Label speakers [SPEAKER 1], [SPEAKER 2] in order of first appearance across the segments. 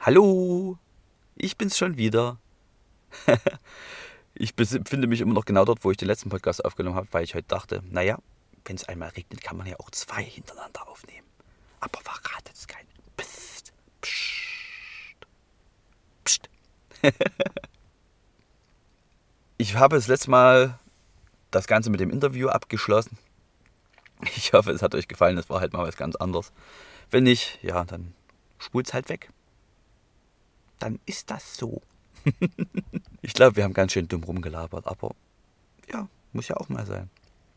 [SPEAKER 1] Hallo, ich bin's schon wieder. Ich befinde mich immer noch genau dort, wo ich den letzten Podcast aufgenommen habe, weil ich heute dachte, naja, wenn es einmal regnet, kann man ja auch zwei hintereinander aufnehmen. Aber verratet es keinen. Psst, psst, psst. Ich habe das letzte Mal das Ganze mit dem Interview abgeschlossen. Ich hoffe, es hat euch gefallen. Es war halt mal was ganz anderes. Wenn nicht, ja, dann spult's halt weg. Dann ist das so. Ich glaube, wir haben ganz schön dumm rumgelabert, aber ja, muss ja auch mal sein.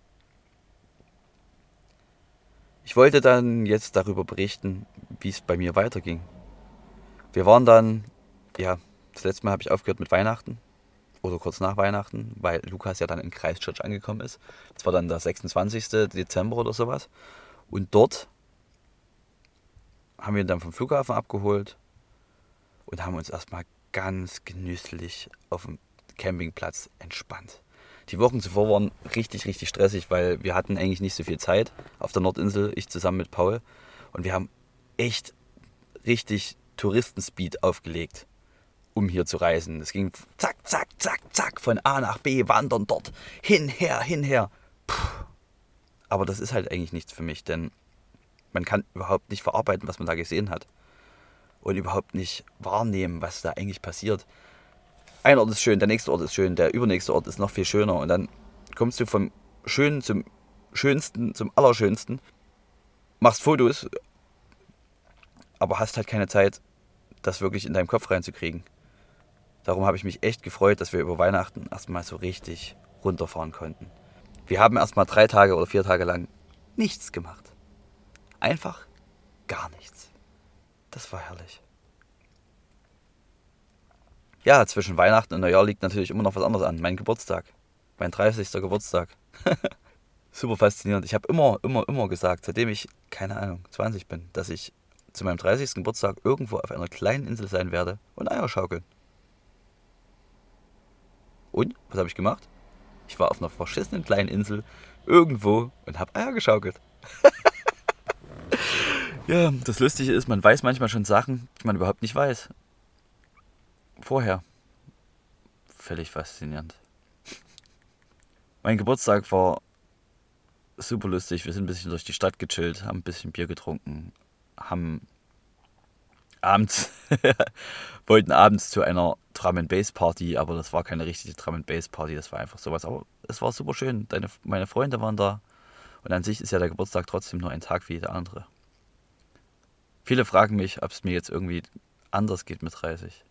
[SPEAKER 1] Ich wollte dann jetzt darüber berichten, wie es bei mir weiterging. Wir waren dann, ja, das letzte Mal habe ich aufgehört mit Weihnachten oder kurz nach Weihnachten, weil Lukas ja dann in Christchurch angekommen ist. Das war dann der 26. Dezember oder sowas. Und dort haben wir ihn dann vom Flughafen abgeholt und haben uns erstmal ganz genüsslich auf dem Campingplatz entspannt. Die Wochen zuvor waren richtig, richtig stressig, weil wir hatten eigentlich nicht so viel Zeit auf der Nordinsel, ich zusammen mit Paul. Und wir haben echt richtig Touristenspeed aufgelegt, um hier zu reisen. Es ging zack, zack, zack, zack, von A nach B, wandern dort, hinher, hinher. Puh. Aber das ist halt eigentlich nichts für mich, denn man kann überhaupt nicht verarbeiten, was man da gesehen hat. Und überhaupt nicht wahrnehmen, was da eigentlich passiert. Ein Ort ist schön, der nächste Ort ist schön, der übernächste Ort ist noch viel schöner. Und dann kommst du vom Schönen zum Schönsten, zum Allerschönsten, machst Fotos, aber hast halt keine Zeit, das wirklich in deinem Kopf reinzukriegen. Darum habe ich mich echt gefreut, dass wir über Weihnachten erstmal so richtig runterfahren konnten. Wir haben erstmal 3 Tage oder 4 Tage lang nichts gemacht. Einfach gar nichts. Das war herrlich. Ja, zwischen Weihnachten und Neujahr liegt natürlich immer noch was anderes an. Mein Geburtstag. Mein 30. Geburtstag. Super faszinierend. Ich habe immer gesagt, seitdem ich, keine Ahnung, 20 bin, dass ich zu meinem 30. Geburtstag irgendwo auf einer kleinen Insel sein werde und Eier schaukeln. Und, was habe ich gemacht? Ich war auf einer verschissenen kleinen Insel irgendwo und habe Eier geschaukelt. Ja, das Lustige ist, man weiß manchmal schon Sachen, die man überhaupt nicht weiß. Vorher. Völlig faszinierend. Mein Geburtstag war super lustig. Wir sind ein bisschen durch die Stadt gechillt, haben ein bisschen Bier getrunken, haben abends wollten abends zu einer Drum and Bass Party, aber das war keine richtige Drum and Bass Party, das war einfach sowas. Aber es war super schön. Meine Freunde waren da und an sich ist ja der Geburtstag trotzdem nur ein Tag wie jeder andere. Viele fragen mich, ob es mir jetzt irgendwie anders geht mit 30.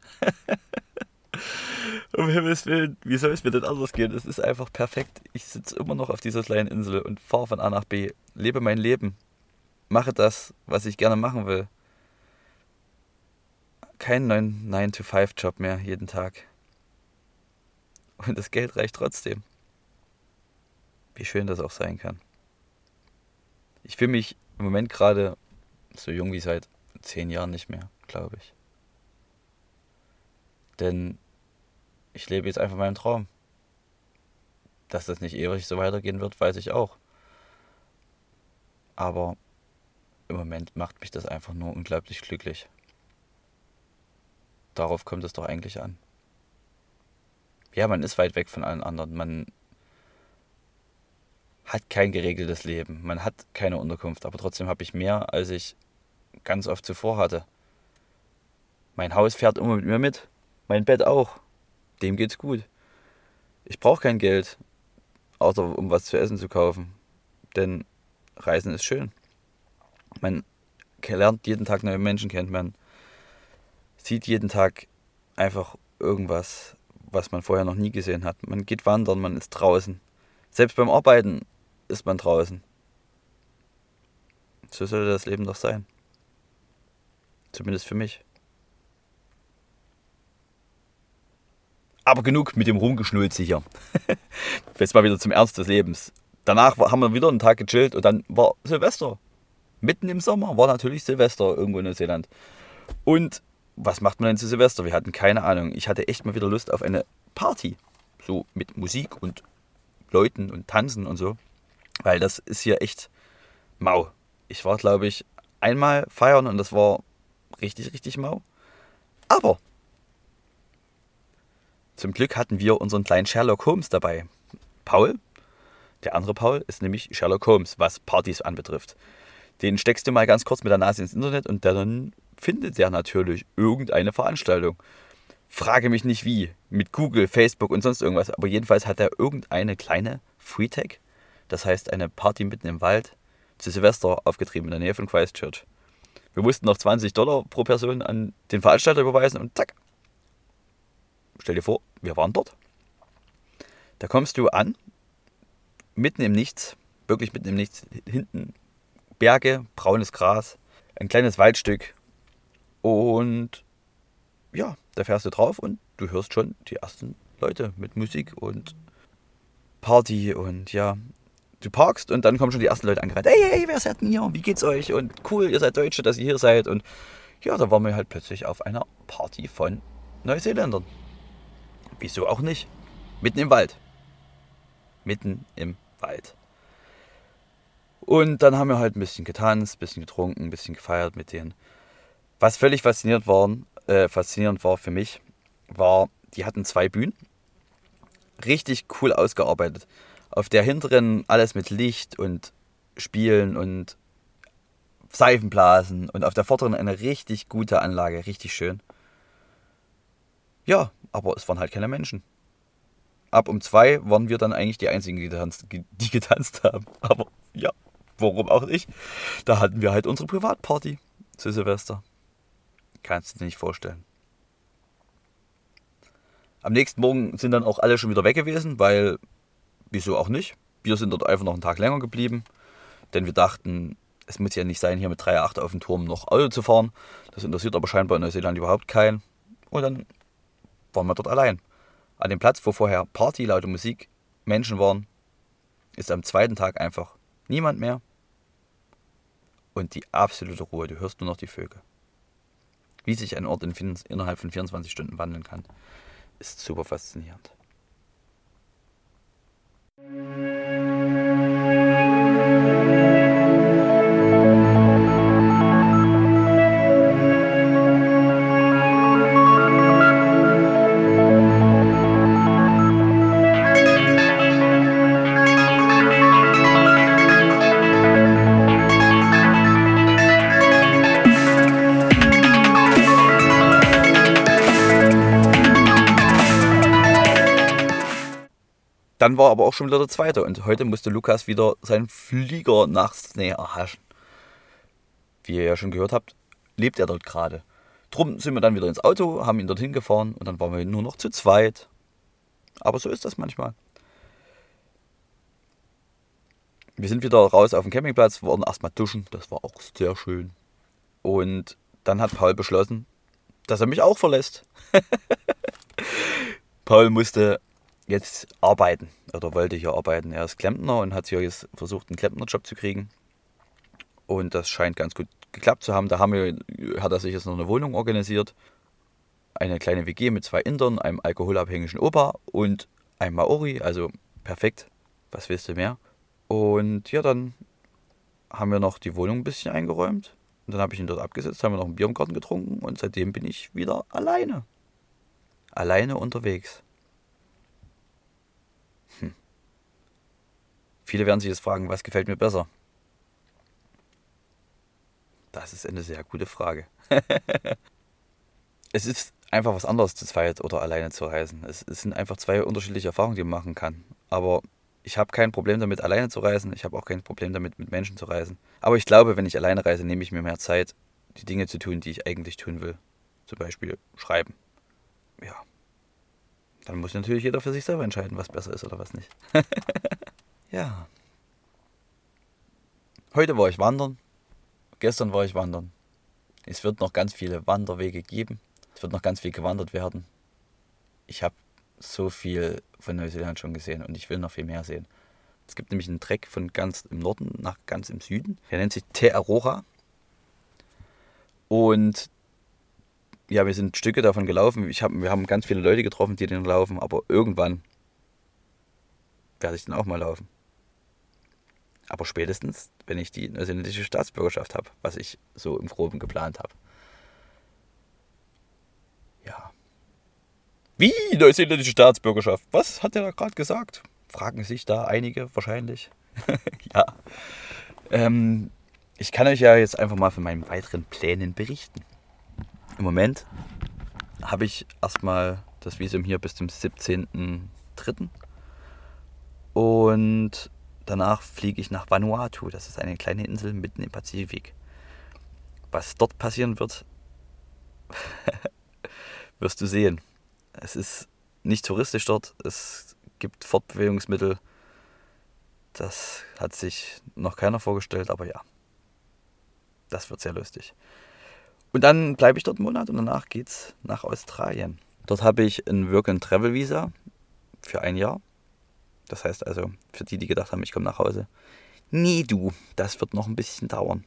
[SPEAKER 1] Um Himmels Willen, wie soll es mir denn anders gehen? Es ist einfach perfekt. Ich sitze immer noch auf dieser kleinen Insel und fahre von A nach B, lebe mein Leben, mache das, was ich gerne machen will. Kein 9-to-5-Job mehr jeden Tag. Und das Geld reicht trotzdem. Wie schön das auch sein kann. Ich fühle mich im Moment gerade so jung wie seit 10 Jahren nicht mehr, glaube ich. Denn ich lebe jetzt einfach meinen Traum. Dass das nicht ewig so weitergehen wird, weiß ich auch. Aber im Moment macht mich das einfach nur unglaublich glücklich. Darauf kommt es doch eigentlich an. Ja, man ist weit weg von allen anderen. Man hat kein geregeltes Leben. Man hat keine Unterkunft. Aber trotzdem habe ich mehr, als ich ganz oft zuvor hatte. Mein Haus fährt immer mit mir mit. Mein Bett auch. Dem geht's gut. Ich brauche kein Geld, außer um was zu essen zu kaufen. Denn Reisen ist schön. Man lernt jeden Tag neue Menschen kennen. Man sieht jeden Tag einfach irgendwas, was man vorher noch nie gesehen hat. Man geht wandern, man ist draußen. Selbst beim Arbeiten ist man draußen. So sollte das Leben doch sein. Zumindest für mich. Aber genug mit dem Rumgeschnulze hier. Jetzt mal wieder zum Ernst des Lebens. Danach haben wir wieder einen Tag gechillt und dann war Silvester. Mitten im Sommer war natürlich Silvester irgendwo in Neuseeland. Und was macht man denn zu Silvester? Wir hatten keine Ahnung. Ich hatte echt mal wieder Lust auf eine Party. So mit Musik und Leuten und Tanzen und so. Weil das ist hier echt mau. Ich war, glaube ich, einmal feiern und das war richtig, richtig mau. Aber zum Glück hatten wir unseren kleinen Sherlock Holmes dabei. Paul, der andere Paul, ist nämlich Sherlock Holmes, was Partys anbetrifft. Den steckst du mal ganz kurz mit der Nase ins Internet und dann findet der natürlich irgendeine Veranstaltung. Frage mich nicht wie, mit Google, Facebook und sonst irgendwas, aber jedenfalls hat er irgendeine kleine Freetech, das heißt eine Party mitten im Wald, zu Silvester aufgetrieben in der Nähe von Christchurch. Wir mussten noch $20 pro Person an den Veranstalter überweisen und zack. Stell dir vor, wir waren dort. Da kommst du an, mitten im Nichts, wirklich mitten im Nichts, hinten Berge, braunes Gras, ein kleines Waldstück und ja, da fährst du drauf und du hörst schon die ersten Leute mit Musik und Party und ja, du parkst und dann kommen schon die ersten Leute angerannt. Hey, wer seid denn hier? Wie geht's euch? Und cool, ihr seid Deutsche, dass ihr hier seid. Und ja, da waren wir halt plötzlich auf einer Party von Neuseeländern. Wieso auch nicht? Mitten im Wald. Mitten im Wald. Und dann haben wir halt ein bisschen getanzt, ein bisschen getrunken, ein bisschen gefeiert mit denen. Was völlig faszinierend war für mich, war, die hatten 2 Bühnen. Richtig cool ausgearbeitet. Auf der hinteren alles mit Licht und Spielen und Seifenblasen und auf der vorderen eine richtig gute Anlage, richtig schön. Ja, aber es waren halt keine Menschen. Ab um 2 waren wir dann eigentlich die Einzigen, die getanzt haben. Aber ja, warum auch nicht? Da hatten wir halt unsere Privatparty zu Silvester. Kannst du dir nicht vorstellen. Am nächsten Morgen sind dann auch alle schon wieder weg gewesen, weil, wieso auch nicht? Wir sind dort einfach noch einen Tag länger geblieben, denn wir dachten, es muss ja nicht sein, hier mit 3,8 auf dem Turm noch Auto zu fahren. Das interessiert aber scheinbar in Neuseeland überhaupt keinen. Und dann waren wir dort allein. An dem Platz, wo vorher Party, laute Musik, Menschen waren, ist am zweiten Tag einfach niemand mehr. Und die absolute Ruhe, du hörst nur noch die Vögel. Wie sich ein Ort innerhalb von 24 Stunden wandeln kann, ist super faszinierend. Dann war aber auch schon wieder der zweite und heute musste Lukas wieder seinen Flieger nach Sydney erhaschen. Wie ihr ja schon gehört habt, lebt er dort gerade. Drum sind wir dann wieder ins Auto, haben ihn dorthin gefahren und dann waren wir nur noch zu zweit. Aber so ist das manchmal. Wir sind wieder raus auf dem Campingplatz, wollten erstmal duschen, das war auch sehr schön. Und dann hat Paul beschlossen, dass er mich auch verlässt. Paul musste jetzt arbeiten oder wollte hier arbeiten. Er ist Klempner und hat hier jetzt versucht, einen Klempnerjob zu kriegen. Und das scheint ganz gut geklappt zu haben. Hat er sich jetzt noch eine Wohnung organisiert. Eine kleine WG mit 2 Indern, einem alkoholabhängigen Opa und einem Maori. Also perfekt. Was willst du mehr? Und ja, dann haben wir noch die Wohnung ein bisschen eingeräumt. Und dann habe ich ihn dort abgesetzt, haben wir noch ein Bier im Garten getrunken. Und seitdem bin ich wieder alleine. Alleine unterwegs. Viele werden sich jetzt fragen, was gefällt mir besser? Das ist eine sehr gute Frage. Es ist einfach was anderes, zu zweit oder alleine zu reisen. Es sind einfach 2 unterschiedliche Erfahrungen, die man machen kann. Aber ich habe kein Problem damit, alleine zu reisen. Ich habe auch kein Problem damit, mit Menschen zu reisen. Aber ich glaube, wenn ich alleine reise, nehme ich mir mehr Zeit, die Dinge zu tun, die ich eigentlich tun will. Zum Beispiel schreiben. Ja. Dann muss natürlich jeder für sich selber entscheiden, was besser ist oder was nicht. Ja. Heute war ich wandern. Gestern war ich wandern. Es wird noch ganz viele Wanderwege geben. Es wird noch ganz viel gewandert werden. Ich habe so viel von Neuseeland schon gesehen und ich will noch viel mehr sehen. Es gibt nämlich einen Trek von ganz im Norden nach ganz im Süden. Der nennt sich Te Aroha. Und ja, wir sind Stücke davon gelaufen. Wir haben ganz viele Leute getroffen, die den laufen, aber irgendwann werde ich den auch mal laufen. Aber spätestens, wenn ich die neuseeländische Staatsbürgerschaft habe, was ich so im Groben geplant habe. Wie neuseeländische Staatsbürgerschaft? Was hat er da gerade gesagt? Fragen sich da einige wahrscheinlich. Ja. Ich kann euch ja jetzt einfach mal von meinen weiteren Plänen berichten. Im Moment habe ich erstmal das Visum hier bis zum 17.03. Und danach fliege ich nach Vanuatu. Das ist eine kleine Insel mitten im Pazifik. Was dort passieren wird, wirst du sehen. Es ist nicht touristisch dort. Es gibt Fortbewegungsmittel. Das hat sich noch keiner vorgestellt, aber ja. Das wird sehr lustig. Und dann bleibe ich dort einen Monat und danach geht's nach Australien. Dort habe ich ein Work-and-Travel-Visa für ein Jahr. Das heißt also, für die gedacht haben, ich komme nach Hause. Nee, du, das wird noch ein bisschen dauern.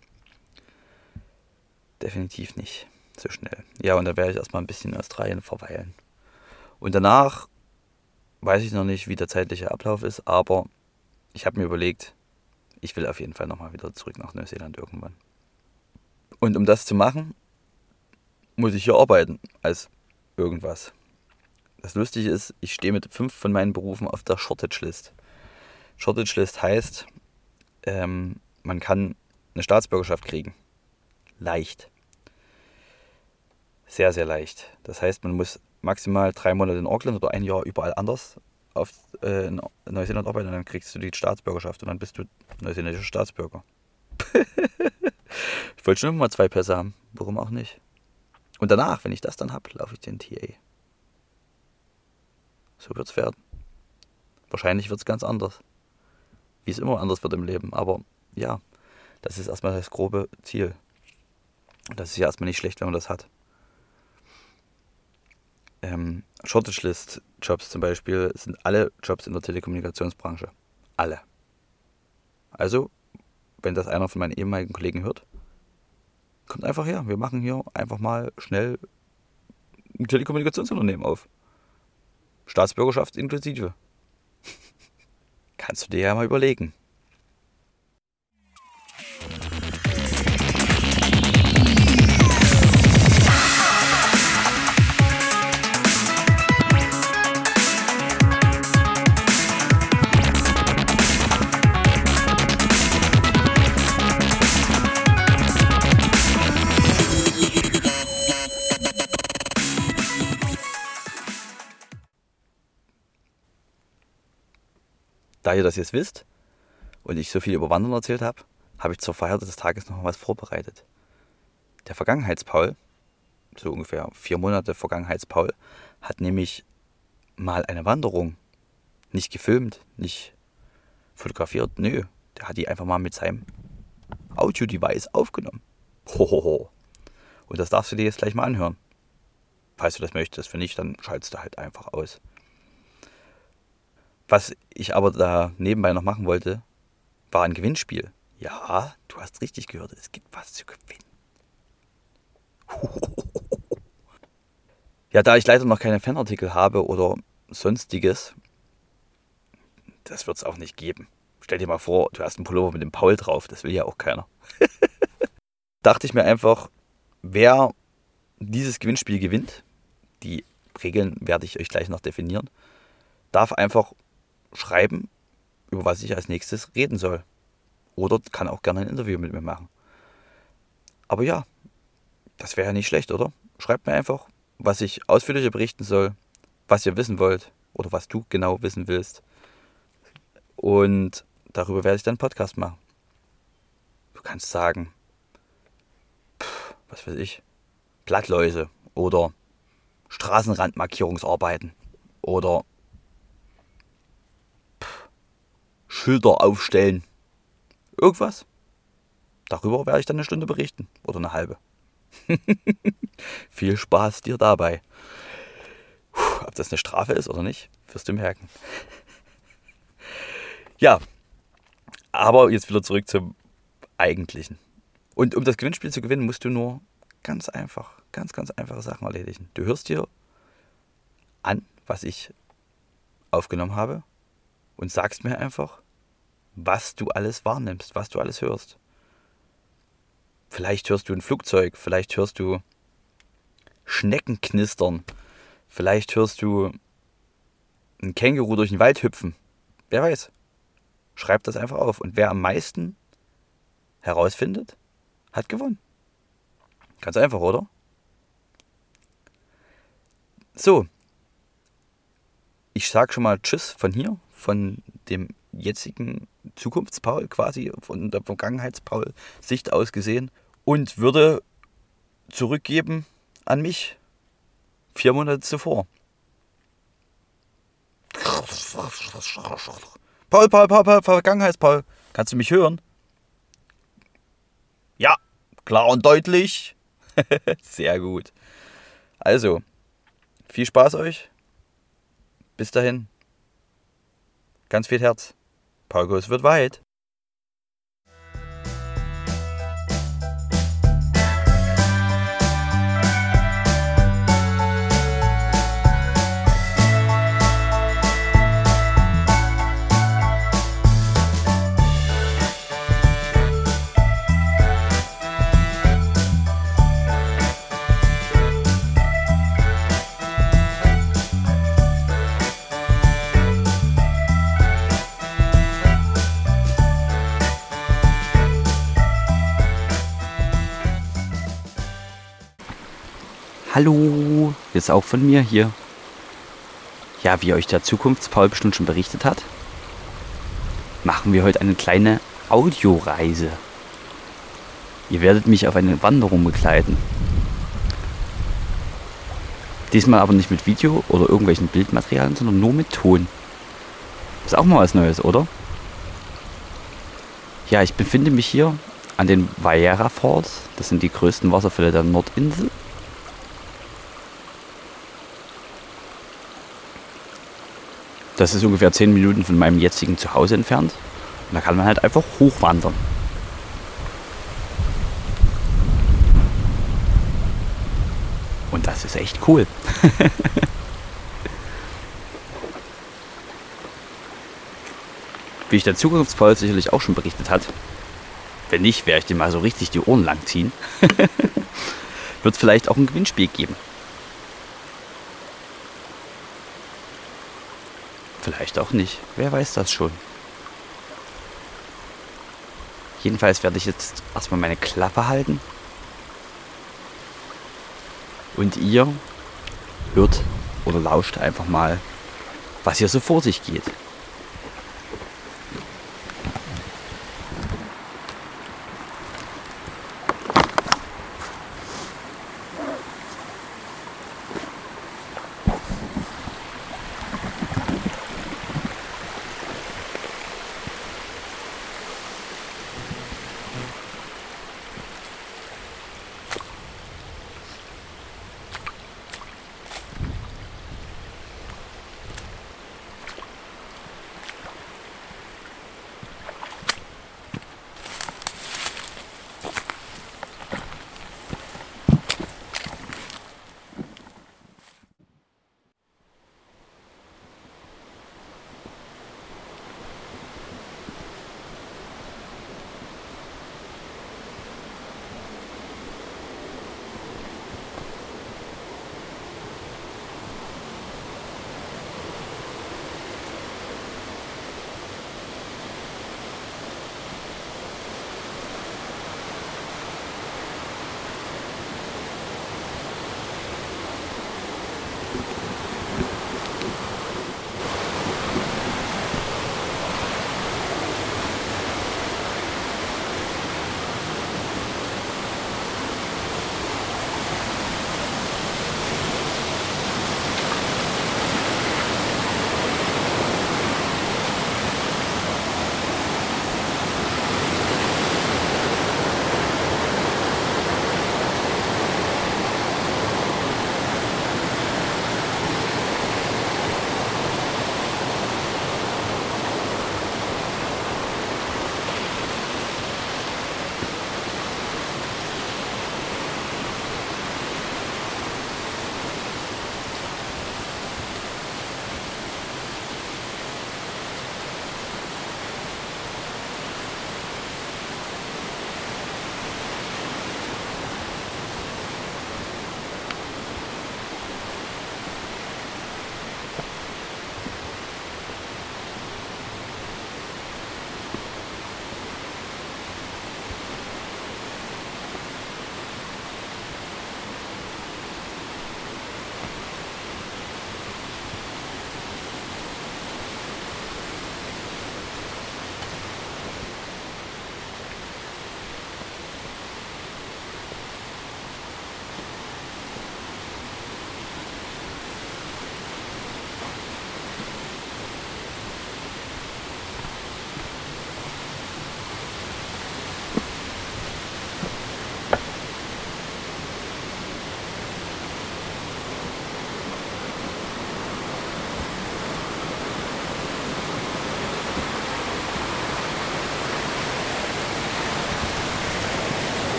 [SPEAKER 1] Definitiv nicht so schnell. Ja, und da werde ich erstmal ein bisschen in Australien verweilen. Und danach weiß ich noch nicht, wie der zeitliche Ablauf ist, aber ich habe mir überlegt, ich will auf jeden Fall nochmal wieder zurück nach Neuseeland irgendwann. Und um das zu machen, muss ich hier arbeiten als irgendwas. Das Lustige ist, ich stehe mit 5 von meinen Berufen auf der Shortage List. Shortage List heißt, man kann eine Staatsbürgerschaft kriegen. Leicht. Sehr, sehr leicht. Das heißt, man muss maximal 3 Monate in Auckland oder ein Jahr überall anders in Neuseeland arbeiten und dann kriegst du die Staatsbürgerschaft und dann bist du neuseeländischer Staatsbürger. Ich wollte schon immer mal 2 Pässe haben. Warum auch nicht? Und danach, wenn ich das dann habe, laufe ich den TA. So wird es werden. Wahrscheinlich wird es ganz anders. Wie es immer anders wird im Leben. Aber ja, das ist erstmal das grobe Ziel. Und das ist ja erstmal nicht schlecht, wenn man das hat. Shortage List Jobs zum Beispiel sind alle Jobs in der Telekommunikationsbranche. Alle. Also, wenn das einer von meinen ehemaligen Kollegen hört, kommt einfach her. Wir machen hier einfach mal schnell ein Telekommunikationsunternehmen auf. Staatsbürgerschaft inklusive. Kannst du dir ja mal überlegen. Da ihr das jetzt wisst und ich so viel über Wandern erzählt habe, habe ich zur Feier des Tages noch was vorbereitet. Der Vergangenheitspaul, so ungefähr 4 Monate Vergangenheitspaul, hat nämlich mal eine Wanderung nicht gefilmt, nicht fotografiert, nö. Der hat die einfach mal mit seinem Audio-Device aufgenommen. Hohoho. Und das darfst du dir jetzt gleich mal anhören. Falls du das möchtest, wenn nicht, dann schaltest du halt einfach aus. Was ich aber da nebenbei noch machen wollte, war ein Gewinnspiel. Ja, du hast richtig gehört, es gibt was zu gewinnen. Ja, da ich leider noch keine Fanartikel habe oder sonstiges, das wird es auch nicht geben. Stell dir mal vor, du hast einen Pullover mit dem Paul drauf, das will ja auch keiner. Dachte ich mir einfach, wer dieses Gewinnspiel gewinnt, die Regeln werde ich euch gleich noch definieren, darf einfach schreiben, über was ich als nächstes reden soll. Oder kann auch gerne ein Interview mit mir machen. Aber ja, das wäre ja nicht schlecht, oder? Schreibt mir einfach, was ich ausführlicher berichten soll, was ihr wissen wollt oder was du genau wissen willst. Und darüber werde ich dann einen Podcast machen. Du kannst sagen, was weiß ich, Blattläuse oder Straßenrandmarkierungsarbeiten oder Schilder aufstellen. Irgendwas. Darüber werde ich dann eine Stunde berichten. Oder eine halbe. Viel Spaß dir dabei. Ob das eine Strafe ist oder nicht, wirst du merken. Ja, aber jetzt wieder zurück zum Eigentlichen. Und um das Gewinnspiel zu gewinnen, musst du nur ganz einfache Sachen erledigen. Du hörst dir an, was ich aufgenommen habe und sagst mir einfach, was du alles wahrnimmst, was du alles hörst. Vielleicht hörst du ein Flugzeug, vielleicht hörst du Schnecken knistern, Vielleicht hörst du ein Känguru durch den Wald hüpfen. Wer weiß. Schreib das einfach auf. Und wer am meisten herausfindet, hat gewonnen. Ganz einfach, oder? So. Ich sag schon mal Tschüss von hier, von dem jetzigen Zukunftspaul quasi, von der Vergangenheitspaul-Sicht aus gesehen. Und würde zurückgeben an mich 4 Monate zuvor. Paul, Vergangenheitspaul, kannst du mich hören? Ja, klar und deutlich. Sehr gut. Also, viel Spaß euch. Bis dahin. Ganz viel Herz. Paulkos wird weit. Hallo, jetzt auch von mir hier. Ja, wie euch der Zukunftspaul bestimmt schon berichtet hat, machen wir heute eine kleine Audioreise. Ihr werdet mich auf eine Wanderung begleiten. Diesmal aber nicht mit Video oder irgendwelchen Bildmaterialien, sondern nur mit Ton. Ist auch mal was Neues, oder? Ja, ich befinde mich hier an den Viera Falls. Das sind die größten Wasserfälle der Nordinsel. Das ist ungefähr 10 Minuten von meinem jetzigen Zuhause entfernt. Und da kann man halt einfach hochwandern. Und das ist echt cool. Wie ich der Zukunftspaul sicherlich auch schon berichtet hat, wenn nicht, werde ich dem mal so richtig die Ohren lang ziehen, wird es vielleicht auch ein Gewinnspiel geben. Vielleicht auch nicht. Wer weiß das schon. Jedenfalls werde ich jetzt erstmal meine Klappe halten. Und ihr hört oder lauscht einfach mal, was hier so vor sich geht.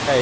[SPEAKER 1] Hey.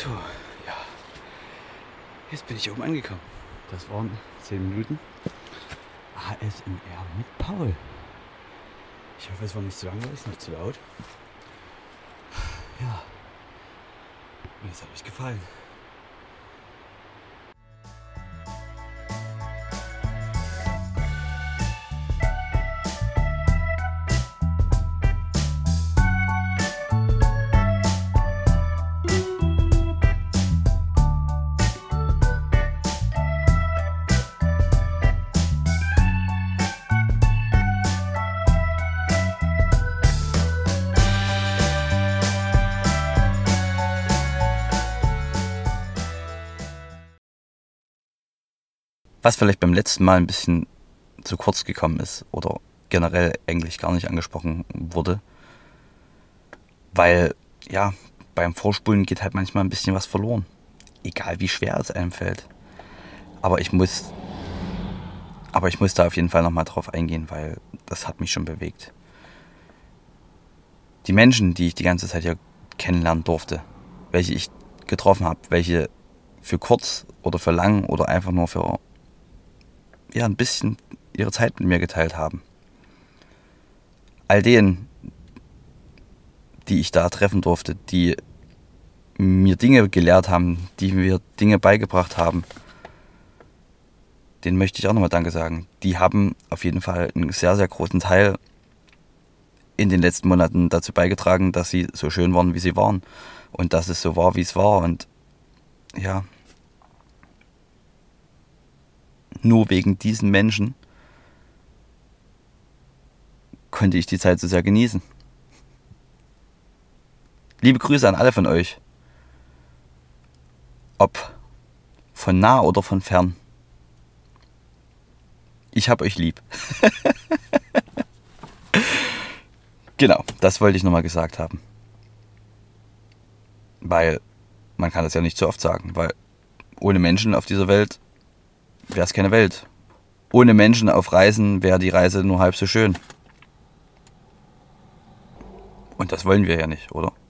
[SPEAKER 1] So, ja. Jetzt bin ich oben angekommen. Das waren 10 Minuten. ASMR mit Paul. Ich hoffe, es war nicht zu langweilig, nicht zu laut. Ja. Mir hat es gefallen. Was vielleicht beim letzten Mal ein bisschen zu kurz gekommen ist oder generell eigentlich gar nicht angesprochen wurde, weil ja, beim Vorspulen geht halt manchmal ein bisschen was verloren. Egal wie schwer es einem fällt. Aber ich muss da auf jeden Fall nochmal drauf eingehen, weil das hat mich schon bewegt. Die Menschen, die ich die ganze Zeit hier kennenlernen durfte, welche ich getroffen habe, welche für kurz oder für lang oder einfach nur für ein bisschen ihre Zeit mit mir geteilt haben. All denen, die ich da treffen durfte, die mir Dinge gelehrt haben, die mir Dinge beigebracht haben, denen möchte ich auch nochmal Danke sagen. Die haben auf jeden Fall einen sehr, sehr großen Teil in den letzten Monaten dazu beigetragen, dass sie so schön waren, wie sie waren. Und dass es so war, wie es war. Und ja, nur wegen diesen Menschen konnte ich die Zeit so sehr genießen. Liebe Grüße an alle von euch. Ob von nah oder von fern. Ich hab euch lieb. Genau, das wollte ich nochmal gesagt haben. Weil man kann das ja nicht so oft sagen, weil ohne Menschen auf dieser Welt wäre es keine Welt. Ohne Menschen auf Reisen wäre die Reise nur halb so schön. Und das wollen wir ja nicht, oder?